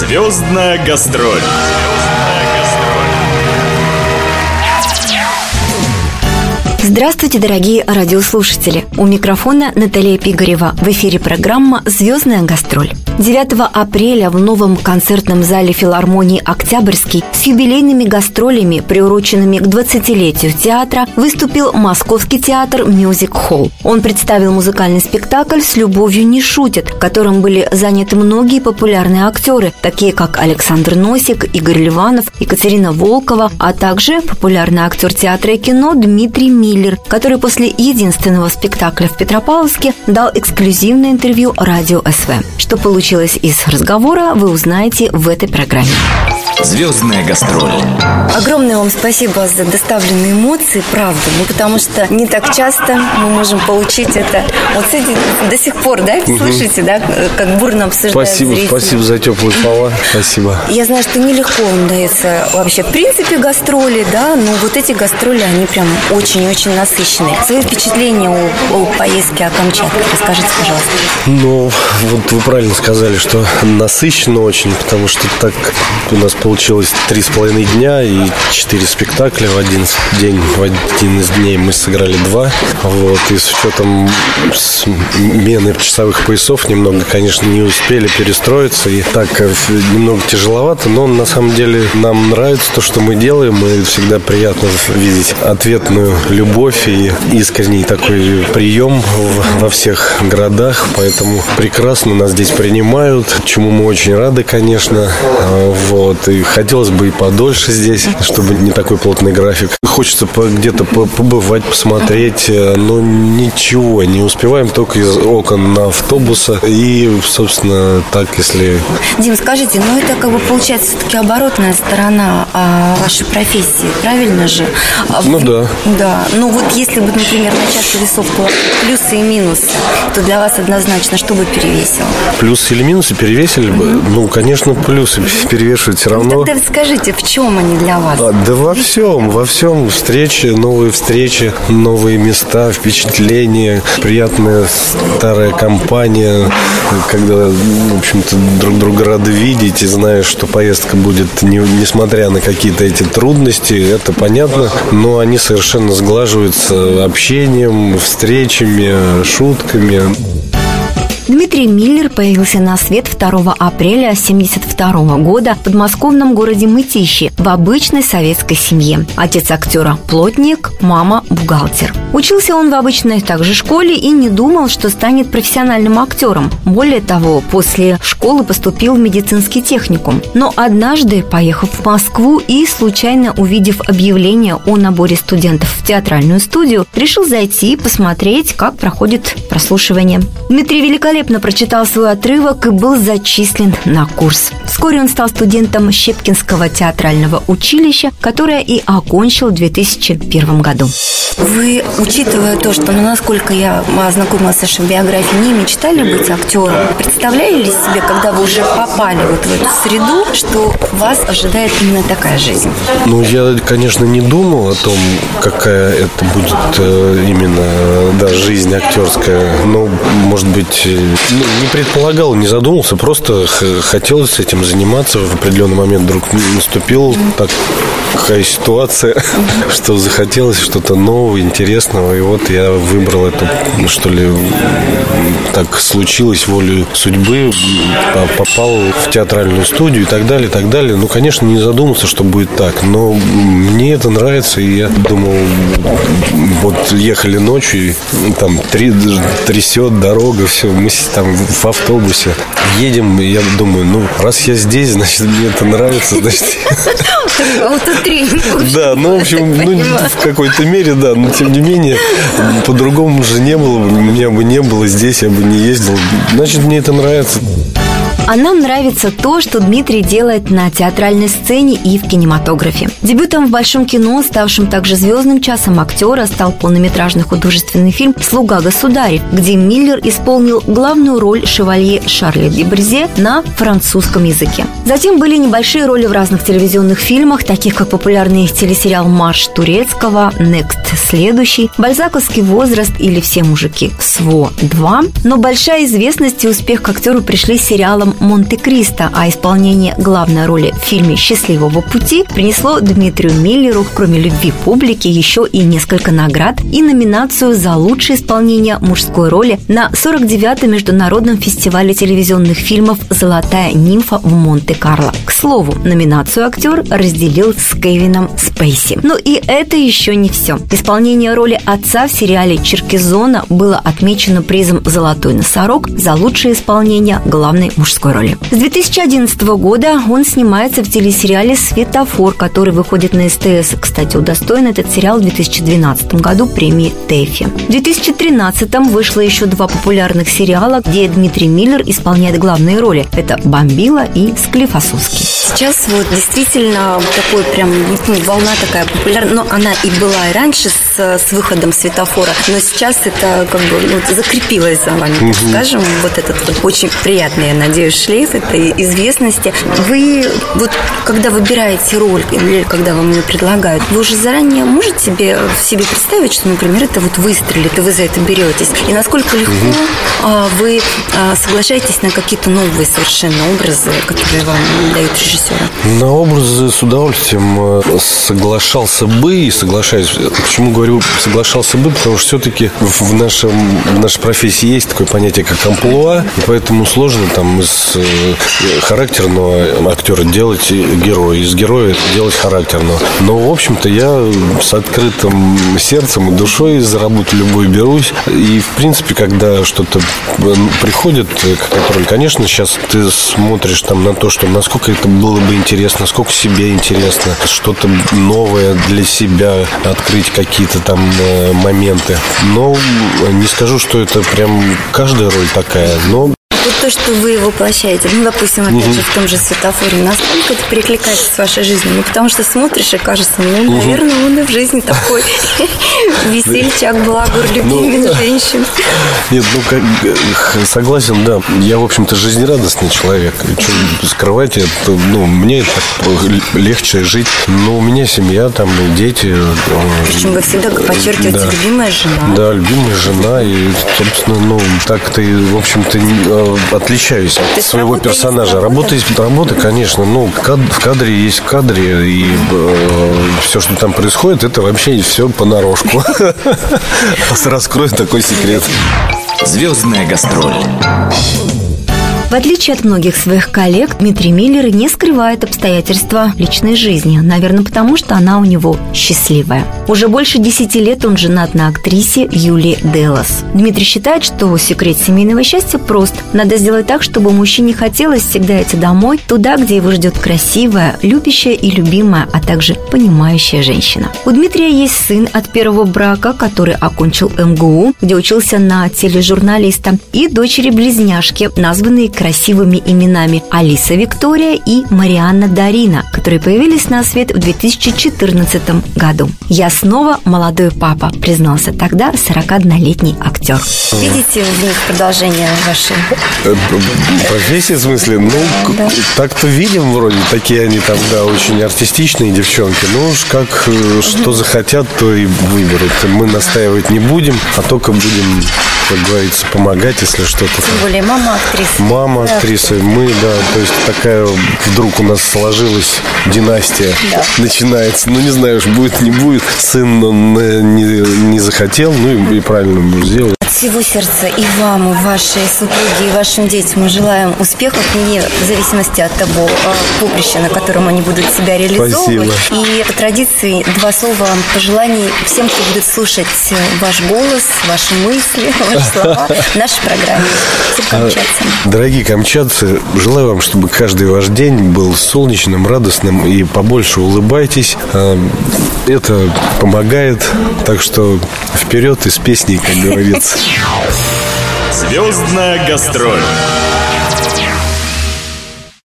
Звездная гастроль. Здравствуйте, дорогие радиослушатели! У микрофона Наталья Пигарева. В эфире программа «Звездная гастроль». 9 апреля в новом концертном зале филармонии «Октябрьский» с юбилейными гастролями, приуроченными к 20-летию театра, выступил Московский театр «Мюзик Холл». Он представил музыкальный спектакль «С любовью не шутят», которым были заняты многие популярные актеры, такие как Александр Носик, Игорь Ливанов, Екатерина Волкова, а также популярный актер театра и кино Дмитрий Миллер, который после единственного спектакля в Петропавловске дал эксклюзивное интервью радио СВ. Что получилось из разговора, вы узнаете в этой программе. Звездная гастроль. Огромное вам спасибо за доставленные эмоции, правда, потому что не так часто мы можем получить это. Вот до сих пор, да, слышите, да, как бурно обсуждают зрители. Спасибо за теплые слова, спасибо. Я знаю, что нелегко вам дается вообще в принципе гастроли, да, но вот эти гастроли, они прям очень-очень насыщенные. Свои впечатления о поездке о Камчатке расскажите, пожалуйста. Ну, вот вы правильно сказали, что насыщенно очень, потому что так у нас получилось 3,5 дня и 4 спектакля в один день. В один из дней мы сыграли 2. Вот, и с учетом смены часовых поясов немного, конечно, не успели перестроиться. И так немного тяжеловато, но на самом деле нам нравится то, что мы делаем. И всегда приятно видеть ответную любовь и искренний такой прием во всех городах. Поэтому прекрасно нас здесь принимают, чему мы очень рады, конечно. Вот. И хотелось бы и подольше здесь, чтобы не такой плотный график. Хочется где-то побывать, посмотреть, но ничего не успеваем, только из окон на автобуса. И, собственно, так, если... Дим, скажите, ну это как бы получается все-таки оборотная сторона вашей профессии, правильно же? Ну да. Да. Ну вот если бы, например, на чашу весов плюсы и минусы, то для вас однозначно что бы перевесило? Плюсы или минусы перевесили бы? Ну, конечно, плюсы перевешивают все равно. Ну, тогда скажите, в чем они для вас? Да во всем. Встречи, новые места, впечатления, приятная старая компания, когда, в общем-то, друг друга рады видеть и знаешь, что поездка будет, несмотря на какие-то эти трудности, это понятно, но они совершенно сглаживаются общением, встречами, шутками. Дмитрий Миллер появился на свет 2 апреля 1972 года в подмосковном городе Мытищи в обычной советской семье. Отец актера – плотник, мама – бухгалтер. Учился он в обычной также школе и не думал, что станет профессиональным актером. Более того, после школы поступил в медицинский техникум. Но однажды, поехав в Москву и случайно увидев объявление о наборе студентов в театральную студию, решил зайти и посмотреть, как проходит прослушивание. Дмитрий великолепно прочитал свой отрывок и был зачислен на курс. Вскоре он стал студентом Щепкинского театрального училища, которое и окончил в 2001 году. Вы, учитывая то, что, насколько я ознакомилась с вашей биографией, не мечтали быть актером? Представляли ли себе, когда вы уже попали вот в эту среду, что вас ожидает именно такая жизнь? Ну, я, конечно, не думал о том, какая это будет именно, жизнь актерская. Но, может быть, не предполагал, не задумался, просто хотелось этим заниматься. В определенный момент вдруг наступила такая ситуация, что захотелось что-то нового, интересного. И вот я выбрал это, что ли, так случилось волей судьбы, попал в театральную студию и так далее, и так далее. Ну, конечно, не задумался, что будет так, но мне это нравится, и я думал, вот ехали ночью, и там трясет дорога, все, мы там в автобусе едем, и я думаю, ну, раз я здесь, значит, мне это нравится, значит... Да, ну, в общем, в какой-то мере, да, но тем не менее, по-другому же не было, меня бы не было здесь, я бы не ездил, значит, мне это нравится. А нам нравится то, что Дмитрий делает на театральной сцене и в кинематографе. Дебютом в большом кино, ставшим также звездным часом актера, стал полнометражный художественный фильм «Слуга государев», где Миллер исполнил главную роль шевалье Шарля де Брезе на французском языке. Затем были небольшие роли в разных телевизионных фильмах, таких как популярный телесериал «Марш турецкого», «Next. Следующий», «Бальзаковский возраст» или «Все мужики СВО 2». Но большая известность и успех к актеру пришли с сериалом фильм «Монте-Кристо», а исполнение главной роли в фильме «Счастливого пути» принесло Дмитрию Миллеру, кроме любви публики, еще и несколько наград и номинацию за лучшее исполнение мужской роли на 49-м международном фестивале телевизионных фильмов «Золотая нимфа» в Монте-Карло. К слову, номинацию актер разделил с Кевином Спейси. Но и это еще не все. Исполнение роли отца в сериале «Черкизона» было отмечено призом «Золотой носорог» за лучшее исполнение главной мужской роли. С 2011 года он снимается в телесериале «Светофор», который выходит на СТС. Кстати, удостоен этот сериал в 2012 году премии ТЭФИ. В 2013 вышло еще 2 популярных сериала, где Дмитрий Миллер исполняет главные роли. Это «Бомбила» и «Склифосовский». Сейчас вот действительно такой прям волна такая популярная, но она и была и раньше с выходом «Светофора», но сейчас это как бы закрепилось за вами, так скажем, вот этот вот очень приятный, я надеюсь, шлейф этой известности. Вы вот когда выбираете роль или когда вам ее предлагают, вы уже заранее можете себе представить, что, например, это вот выстрелит, и вы за это беретесь? И насколько легко вы соглашаетесь на какие-то новые совершенно образы, которые вам дают режиссеры? На образы с удовольствием соглашался бы и соглашаюсь. Почему говорю соглашался бы? Потому что все-таки в нашей профессии есть такое понятие, как амплуа, и поэтому сложно там из характерного актера делать героя, из героя делать характерного. Но, в общем-то, я с открытым сердцем и душой за работу любую берусь. И, в принципе, когда что-то приходит, какая-то роль, конечно, сейчас ты смотришь там на то, что насколько это было бы интересно, сколько себе интересно, что-то новое для себя, открыть какие-то там моменты. Но не скажу, что это прям каждая роль такая, но... Вот то, что вы воплощаете, допустим, опять же, в том же «Светофоре», насколько это перекликается с вашей жизнью? Потому что смотришь и кажется, наверное, он и в жизни такой весельчак, благо, любимый женщин. Нет, согласен, да. Я, в общем-то, жизнерадостный человек. Что скрывать, это, мне так легче жить. Но у меня семья, там, дети. Причем вы всегда подчеркиваете, любимая жена. Да, любимая жена. И, собственно, так-то, в общем-то, отличаюсь от своего персонажа. Работа, конечно. В кадре есть в кадре. И все, что там происходит, это вообще все понарошку. Раскрою такой секрет. Звездная гастроль. В отличие от многих своих коллег, Дмитрий Миллер не скрывает обстоятельства личной жизни. Наверное, потому что она у него счастливая. Уже больше 10 лет он женат на актрисе Юлии Делос. Дмитрий считает, что секрет семейного счастья прост. Надо сделать так, чтобы мужчине хотелось всегда идти домой, туда, где его ждет красивая, любящая и любимая, а также понимающая женщина. У Дмитрия есть сын от первого брака, который окончил МГУ, где учился на тележурналиста, и дочери-близняшки, названные красивыми именами Алиса Виктория и Марианна Дарина, которые появились на свет в 2014 году. «Я снова молодой папа», признался тогда 41-летний актер. Видите в них продолжение вашей профессии, в смысле? Да. Так-то видим вроде, такие они там, да, очень артистичные девчонки. Что захотят, то и выберут. Мы настаивать не будем, а только будем, как говорится, помогать, если что-то. Тем более мама актриса. Мама актрисы, мы, да, то есть такая вдруг у нас сложилась династия, начинается. Не знаю, уж будет, не будет. Сын он не захотел, и правильно мы сделали. От всего сердца и вам, и вашей супруге, и вашим детям мы желаем успехов, вне зависимости от того поприща, на котором они будут себя реализовывать. Спасибо. И по традиции 2 слова пожеланий всем, кто будет слушать ваш голос, ваши мысли, ваши слова в нашей программе. Всем камчатцам. Дорогие камчатцы, желаю вам, чтобы каждый ваш день был солнечным, радостным и побольше улыбайтесь. Это помогает. Так что вперед из песней, как говорится. Звездная гастроль.